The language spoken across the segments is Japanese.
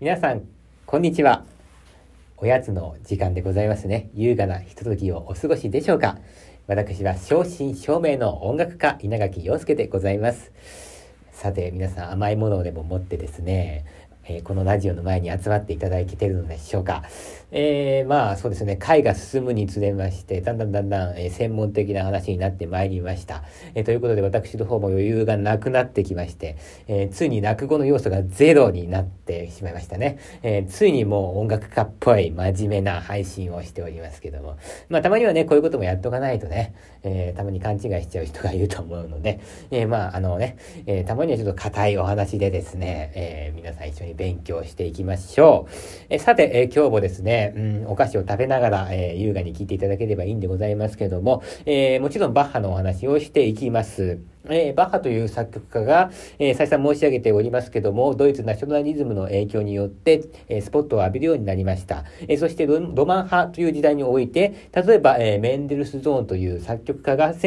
皆さんこんにちは。おやつの時間でございますね。優雅なひとときをお過ごしでしょうか。私は正真正銘の音楽家稲垣陽介でございます。さて皆さん、甘いものでも持ってですね、このラジオの前に集まっていただけているのでしょうか。そうですね、回が進むにつれましてだんだん、専門的な話になってまいりました。ということで私の方も余裕がなくなってきまして、ついに落語の要素がゼロになってしまいましたね。ついにもう音楽家っぽい真面目な配信をしておりますけども、たまにはねこういうこともやっとかないとね、たまに勘違いしちゃう人がいると思うので、たまにはちょっと固いお話でですね、皆さん一緒に勉強していきましょう。さて、今日もですね、お菓子を食べながら、優雅に聞いていただければいいんでございますけども、もちろんバッハのお話をしていきます。バッハという作曲家が、再三申し上げておりますけども、ドイツナショナリズムの影響によって、スポットを浴びるようになりました。そしてロマン派という時代において、例えば、メンデルスゾーンという作曲家が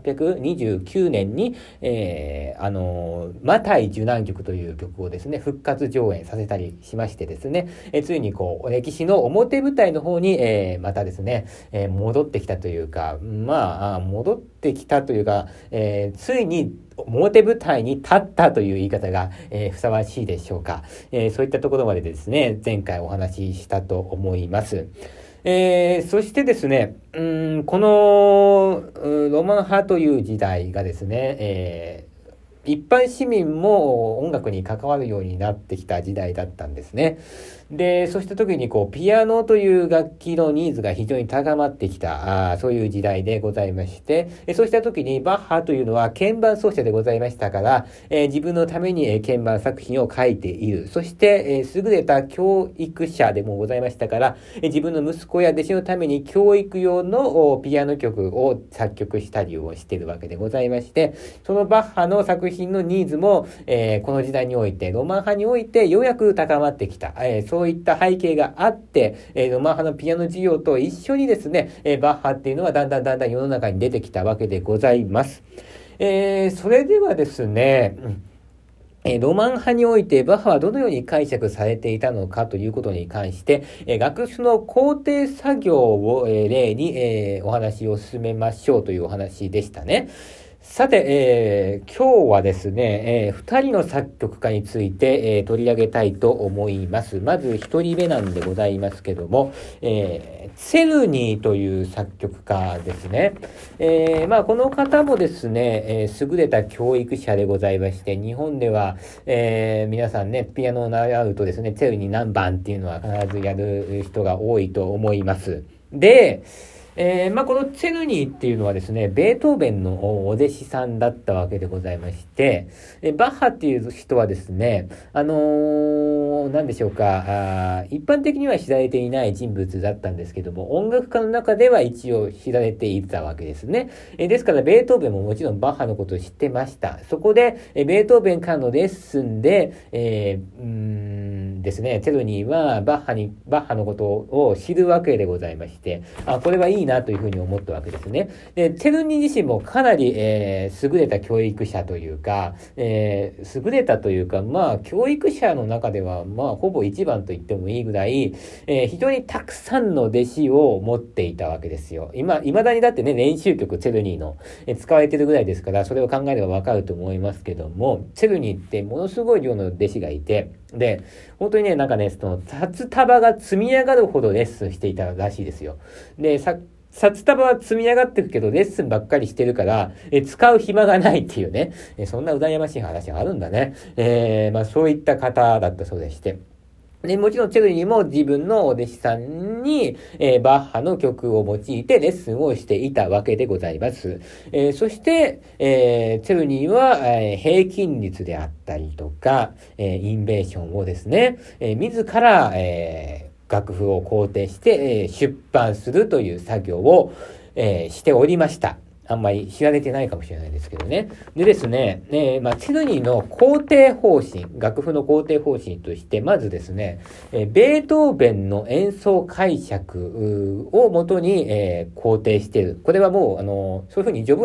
1829年に、マタイ受難曲という曲をですね、復活上演させたりしましてですね、ついに歴史の表舞台の方に、またですね、戻ってきたというか、戻ってきたというか、ついに表舞台に立ったという言い方が、ふさわしいでしょうか。そういったところまでですね、前回お話ししたと思います。そしてですね、このロマン派という時代がですね、一般市民も音楽に関わるようになってきた時代だったんですね。で、そうした時にピアノという楽器のニーズが非常に高まってきた、そういう時代でございまして、そうした時にバッハというのは鍵盤奏者でございましたから、自分のために鍵盤作品を書いている。そして、優れた教育者でもございましたから、自分の息子や弟子のために教育用のピアノ曲を作曲したりをしているわけでございまして、そのバッハの作品のニーズも、この時代において、ロマン派においてようやく高まってきた。そういった背景があって、ロマン派のピアノ事業と一緒にですね、バッハっていうのはだんだん世の中に出てきたわけでございます。それではですね、ロマン派においてバッハはどのように解釈されていたのかということに関して、楽譜の工程作業を、例に、お話を進めましょうというお話でしたね。さて、今日はですね、2人の作曲家について、取り上げたいと思います。まず1人目なんでございますけども、ツェルニーという作曲家ですね。この方もですね、優れた教育者でございまして、日本では、皆さんね、ピアノを習うとですね、ツェルニー何番っていうのは必ずやる人が多いと思います。で、このツェルニーっていうのはですね、ベートーベンのお弟子さんだったわけでございまして、バッハっていう人はですね、何でしょうか、一般的には知られていない人物だったんですけども、音楽家の中では一応知られていたわけですね。ですから、ベートーベンももちろんバッハのことを知ってました。そこで、ベートーベンからのレッスンで、ですね、ツェルニーはバッハのことを知るわけでございまして、これはいいなというふうに思ったわけですね。で、ツェルニー自身もかなり、優れた教育者というか、優れたというか、教育者の中では、ほぼ一番と言ってもいいぐらい、非常にたくさんの弟子を持っていたわけですよ。未だにだってね、練習曲、ツェルニーの、使われてるぐらいですから、それを考えればわかると思いますけども、ツェルニーってものすごい量の弟子がいて、で、本当にね、その札束が積み上がるほどレッスンしていたらしいですよ。で、札束は積み上がっていくけど、レッスンばっかりしてるから、使う暇がないっていうね、そんな羨ましい話があるんだね。そういった方だったそうでして。で、もちろんチェルニーも自分のお弟子さんに、バッハの曲を用いてレッスンをしていたわけでございます。そして、チェルニーは、平均率であったりとか、インベーションをですね、自ら、楽譜を工程して、出版するという作業を、しておりました。あんまり知られてないかもしれないですけどね。でですね、チェルニーの工程方針、楽譜の工程方針として、まずですね、ベートーベンの演奏解釈をもとに、工程している。これはもう、そういうふうに序文に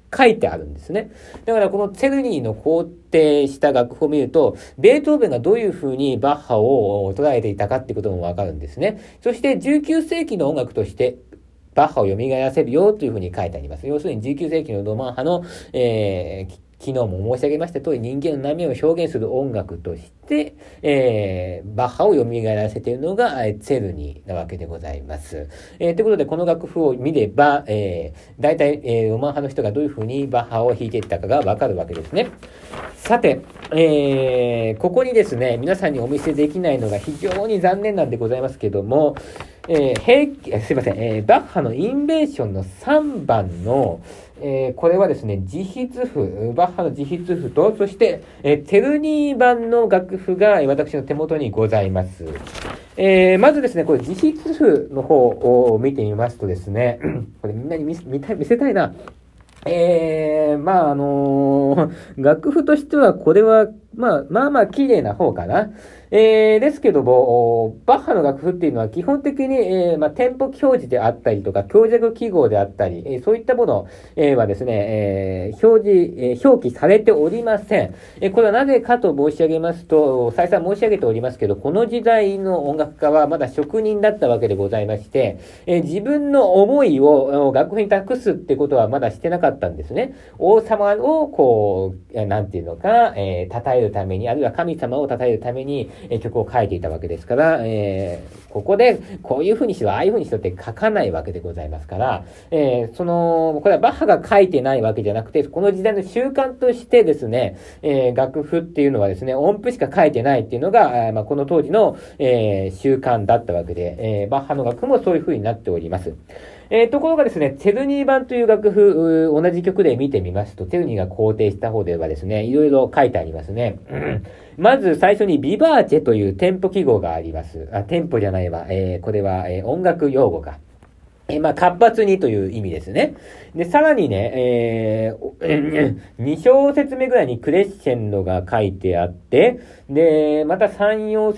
書いてあるんですね。だからこのチェルニーの肯定した楽譜を見ると、ベートーベンがどういうふうにバッハを捉えていたかってこともわかるんですね。そして19世紀の音楽として、バッハを蘇らせるよというふうに書いてあります。要するに19世紀のロマン派の、昨日も申し上げました通り、人間の波を表現する音楽として、バッハを蘇らせているのが、チェルニーなわけでございます。ということで、この楽譜を見れば、大体、ロマン派の人がどういうふうにバッハを弾いていったかがわかるわけですね。さて、ここにですね、皆さんにお見せできないのが非常に残念なんでございますけども、すいません、バッハのインベーションの3番の、これはですね、自筆譜、バッハの自筆譜と、そして、テルニー版の楽譜が私の手元にございます。まずですね、これ自筆譜の方を見てみますとですね、これみんなに見せたいな。楽譜としては、これは、まあ綺麗な方かな。ですけども、バッハの楽譜っていうのは基本的に、テンポ表示であったりとか、強弱記号であったり、そういったもの、はですね、表記されておりません。これはなぜかと申し上げますと、再三申し上げておりますけど、この時代の音楽家はまだ職人だったわけでございまして、自分の思いを楽譜に託すってことはまだしてなかったんですね。王様をこう、なんていうのか、称えるために、あるいは神様を称えるために、曲を書いていたわけですから、ここでこういう風にしろ、ああいう風にしろって書かないわけでございますから、これはバッハが書いてないわけじゃなくて、この時代の習慣としてですね、楽譜っていうのはですね、音符しか書いてないっていうのが、この当時の、習慣だったわけで、バッハの楽譜もそういう風になっております。ところがですね、チェルニー版という楽譜、同じ曲で見てみますと、チェルニーが肯定した方ではですね、いろいろ書いてありますね。まず最初にビバーチェというテンポ記号があります。テンポじゃないわ。これは、音楽用語か。活発にという意味ですね。で、さらにね、2小節目ぐらいにクレッシェンドが書いてあって、で、また4小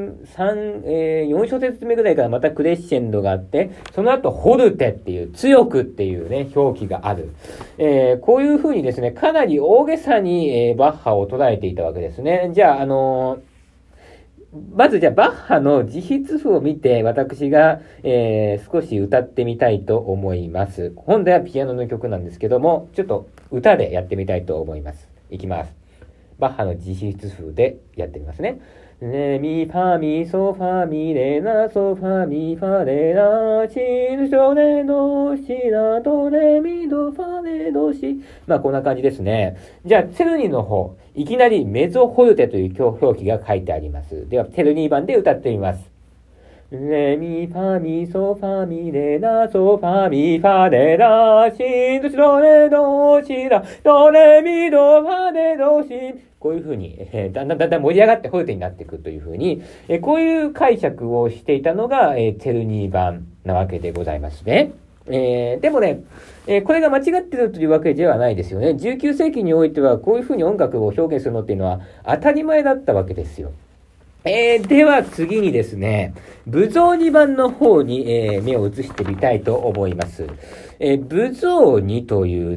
節目ぐらいからまたクレッシェンドがあって、その後、ホルテっていう、強くっていうね、表記がある。こういう風にですね、かなり大げさに、バッハを捉えていたわけですね。じゃあ、まずじゃあバッハの自筆譜を見て私が、少し歌ってみたいと思います。本来はピアノの曲なんですけども、ちょっと歌でやってみたいと思います。いきます。バッハの自筆譜でやってみますね。レミファミソファミレナソファミファレラシドレドシラドレミドファレドシ。こんな感じですね。じゃあ、チェルニーの方、いきなりメゾホルテという表記が書いてあります。では、チェルニー版で歌ってみます。レミファミソファミレナソファミファレラシドレドシラドレミドファレドシ。こういう風に、だんだん盛り上がってホルテになっていくという風に、こういう解釈をしていたのが、チェルニー版なわけでございますね。でもね、これが間違ってるというわけではないですよね。19世紀においてはこういう風に音楽を表現するのっていうのは当たり前だったわけですよ。では次にですね、ブゾーニ版の方に、目を移してみたいと思います。ブゾーニという、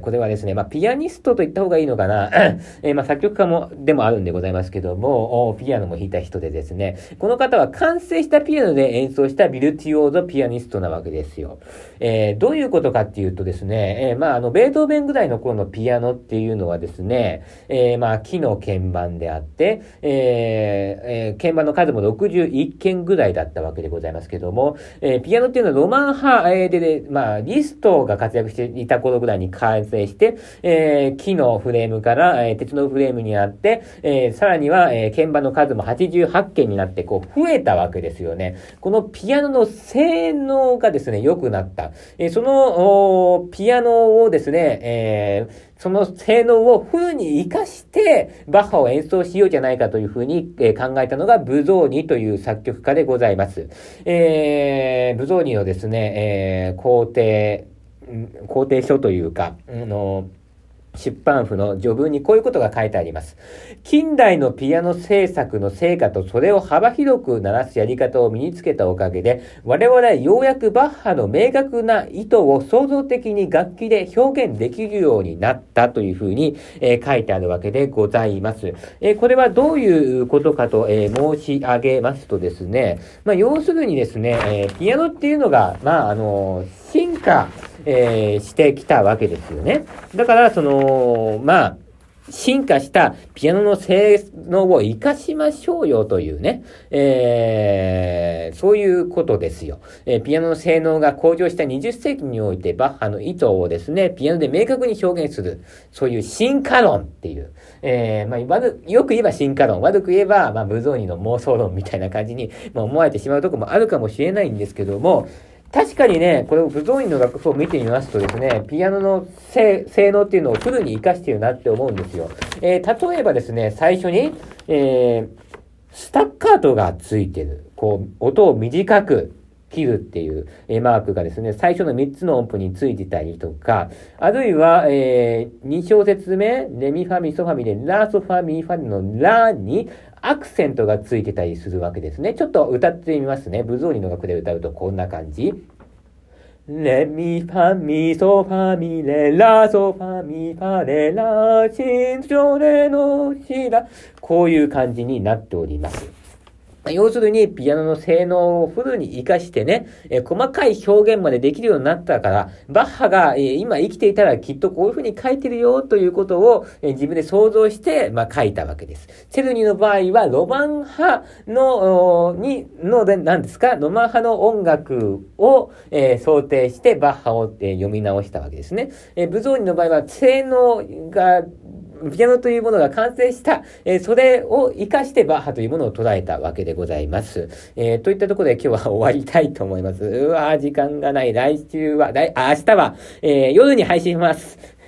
これはですね、ピアニストと言った方がいいのかな。作曲家でもあるんでございますけども、ピアノも弾いた人でですね、この方は完成したピアノで演奏したビルティオーゾピアニストなわけですよ。どういうことかっていうとですね、ベートーベンぐらいの頃のピアノっていうのはですね、木の鍵盤であって、鍵盤の数も61件ぐらいだったわけでございますけども、ピアノっていうのはロマン派、で、リストが活躍していた頃ぐらいに完成して、木のフレームから、鉄のフレームになって、さらには、鍵盤の数も88件になって、こう、増えたわけですよね。このピアノの性能がですね、良くなった。その、ピアノをですね、その性能をフルに活かして、バッハを演奏しようじゃないかというふうに、考えたのがブゾーニという作曲家でございます。ブゾーニのですね、肯定書というか、 出版譜の序文にこういうことが書いてあります。近代のピアノ制作の成果とそれを幅広く鳴らすやり方を身につけたおかげで、我々はようやくバッハの明確な意図を創造的に楽器で表現できるようになったというふうに、書いてあるわけでございます。これはどういうことかと、申し上げますとですね、要するにですね、ピアノっていうのが、進化、してきたわけですよね。だから、進化したピアノの性能を活かしましょうよというね、そういうことですよ。ピアノの性能が向上した20世紀においてバッハの意図をですね、ピアノで明確に表現する、そういう進化論っていう、よく言えば進化論、悪く言えば、無造詣の妄想論みたいな感じに、思われてしまうところもあるかもしれないんですけども、確かにね、これを不動院の楽譜を見てみますとですね、ピアノの性能っていうのをフルに活かしているなって思うんですよ。例えばですね、最初に、スタッカートがついてる。音を短く切るっていう、マークがですね、最初の3つの音符についてたりとか、あるいは、2小節目、レミファミソファミで、ラソファミファのラに、アクセントがついてたりするわけですね。ちょっと歌ってみますね。ブゾーニの楽で歌うとこんな感じ。レミファミソファミレラソファミファレラシンショレノシラ。こういう感じになっております。要するに、ピアノの性能をフルに活かしてね、細かい表現までできるようになったから、バッハが、今生きていたらきっとこういう風に書いてるよということを、自分で想像して、書いたわけです。チェルニの場合は、ロマン派の、何ですか、ロマン派の音楽を、想定してバッハを、読み直したわけですね。ブゾーニの場合は、性能が、ピアノというものが完成した、それを活かしてバッハというものを捉えたわけでございます。といったところで今日は終わりたいと思います。時間がない。明日は、夜に配信します。